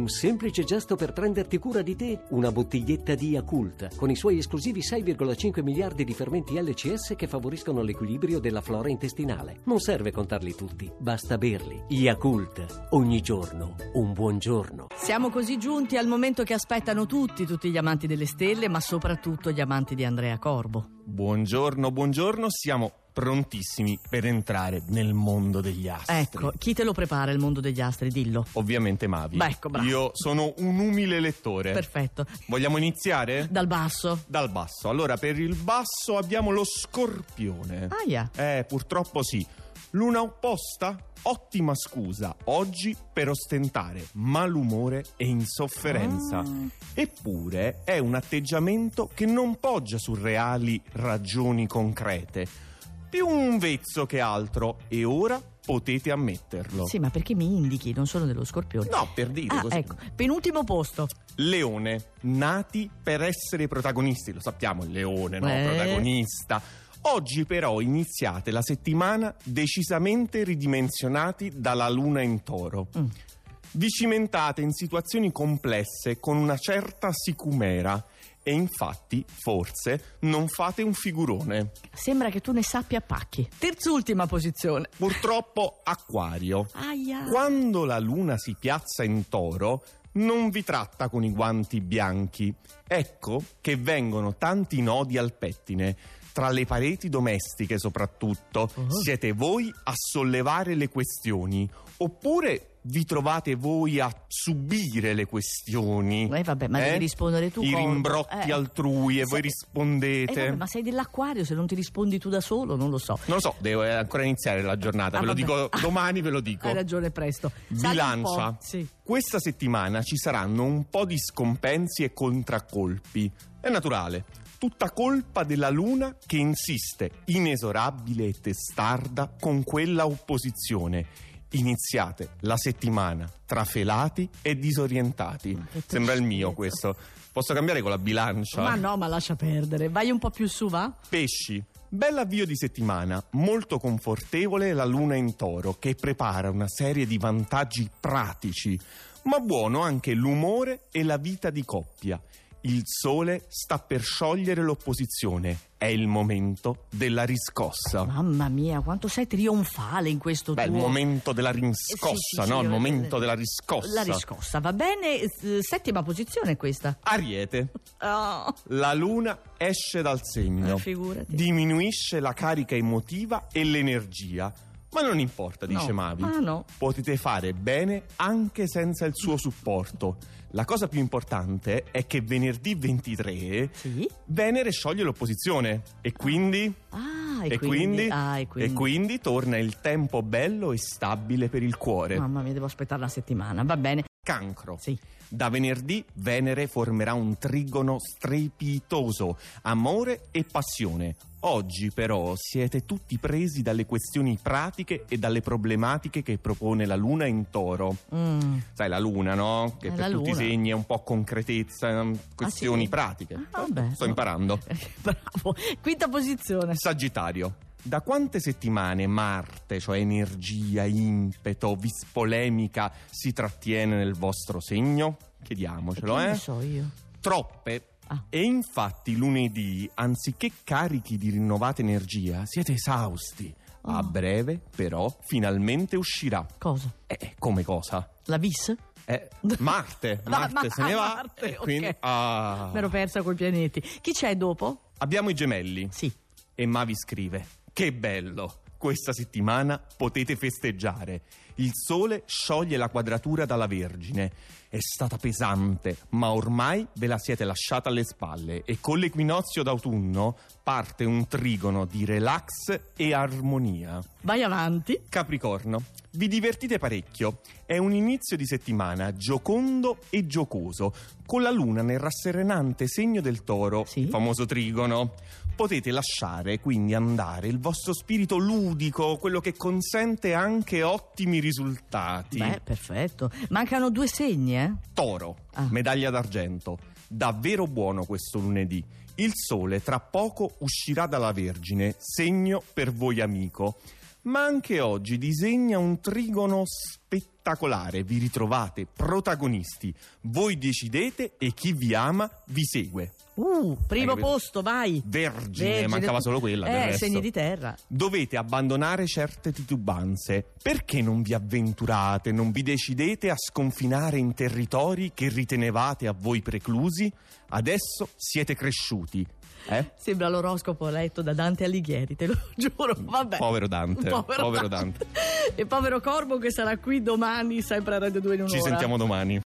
Un semplice gesto per prenderti cura di te, una bottiglietta di Yakult, con i suoi esclusivi 6,5 miliardi di fermenti LCS che favoriscono l'equilibrio della flora intestinale. Non serve contarli tutti, basta berli. Yakult, ogni giorno, un buon giorno. Siamo così giunti al momento che aspettano tutti gli amanti delle stelle, ma soprattutto gli amanti di Andrea Corbo. Buongiorno, siamo prontissimi per entrare nel mondo degli astri. Ecco, chi te lo prepara il mondo degli astri, dillo. Ovviamente Mavi. Beh, ecco, bravo. Io sono un umile lettore. Perfetto. Vogliamo iniziare? Dal basso. Dal basso. Allora, per il basso abbiamo lo Scorpione. Aia. Purtroppo sì. Luna opposta? Ottima scusa oggi per ostentare malumore e insofferenza. Eppure è un atteggiamento che non poggia su reali ragioni concrete. Più un vezzo che altro, e ora potete ammetterlo. Sì, ma perché mi indichi? Non sono dello Scorpione. No, per dire così. Ecco, penultimo posto. Leone, nati per essere protagonisti, lo sappiamo, il leone, no? Protagonista. Oggi però iniziate la settimana decisamente ridimensionati dalla luna in Toro. Vi cimentate in situazioni complesse con una certa sicumera e infatti, forse, non fate un figurone. Sembra che tu ne sappia pacchi. Terz'ultima posizione. Purtroppo Acquario. Aia. Quando la luna si piazza in Toro, non vi tratta con i guanti bianchi. Ecco che vengono tanti nodi al pettine. Tra le pareti domestiche soprattutto, siete voi a sollevare le questioni, oppure vi trovate voi a subire le questioni? Vabbè, ma devi rispondere tu. I rimbrotti altrui e voi rispondete. Vabbè, ma sei dell'Acquario, se non ti rispondi tu da solo, non lo so. Non lo so, devo ancora iniziare la giornata, ve lo dico domani, ve lo dico. Hai ragione, presto. Bilancia. Sì. Questa settimana ci saranno un po' di scompensi e contraccolpi. È naturale. Tutta colpa della luna che insiste inesorabile e testarda con quella opposizione. Iniziate la settimana trafelati e disorientati. Sembra il mio questo. Posso cambiare con la bilancia? Ma no, ma lascia perdere. Vai un po' più su, va? Pesci. Bell'avvio di settimana, molto confortevole la luna in Toro che prepara una serie di vantaggi pratici, ma buono anche l'umore e la vita di coppia. Il sole sta per sciogliere l'opposizione. È il momento della riscossa. Mamma mia, quanto sei trionfale in questo tuo... Il momento della riscossa, sì, no? Il momento della riscossa. La riscossa, va bene. Settima posizione questa. Ariete. Oh. La luna esce dal segno. Figurati. Diminuisce la carica emotiva e l'energia. Ma non importa, dice Mavi. No. Potete fare bene anche senza il suo supporto. La cosa più importante è che venerdì 23 Venere scioglie l'opposizione e quindi... E quindi torna il tempo bello e stabile per il cuore. Mamma mia, devo aspettare la settimana, va bene. Cancro. Sì. Da venerdì Venere formerà un trigono strepitoso, amore e passione. Oggi però siete tutti presi dalle questioni pratiche e dalle problematiche che propone la luna in Toro. Sai, la luna, no? Che per tutti i segni è un po' concretezza, questioni pratiche. Sto imparando. Bravo. Quinta posizione. Sagittario. Da quante settimane Marte, cioè energia, impeto, vis polemica, si trattiene nel vostro segno? Chiediamocelo, Che ne so io? Troppe. E infatti lunedì, anziché carichi di rinnovata energia, siete esausti. A breve, però, finalmente uscirà. Cosa? Come cosa? La vis? Marte se ne va. Marte, quindi, m'ero persa coi pianeti. Chi c'è dopo? Abbiamo i Gemelli. Sì. E Mavi scrive: che bello! Questa settimana potete festeggiare. Il sole scioglie la quadratura dalla Vergine. È stata pesante, ma ormai ve la siete lasciata alle spalle e con l'equinozio d'autunno parte un trigono di relax e armonia. Vai avanti. Capricorno. Vi divertite parecchio. È un inizio di settimana giocondo e giocoso, con la luna nel rasserenante segno del Toro, il famoso trigono. Potete lasciare quindi andare il vostro spirito ludico, quello che consente anche ottimi risultati. Perfetto. Mancano 2 segni, Toro, medaglia d'argento. Davvero buono questo lunedì. Il sole tra poco uscirà dalla Vergine, segno per voi amico. Ma anche oggi disegna un trigono spettacolare spettacolare, vi ritrovate protagonisti, voi decidete e chi vi ama vi segue. Primo posto, vai. Vergine, mancava solo quella. Del resto. Segni di terra. Dovete abbandonare certe titubanze. Perché non vi avventurate, non vi decidete a sconfinare in territori che ritenevate a voi preclusi? Adesso siete cresciuti. Sembra l'oroscopo letto da Dante Alighieri, te lo giuro. Vabbè. Povero Dante. Povero Dante. E povero Corbo che sarà qui domani, sempre a Radio 2 in un'ora. Ci sentiamo domani.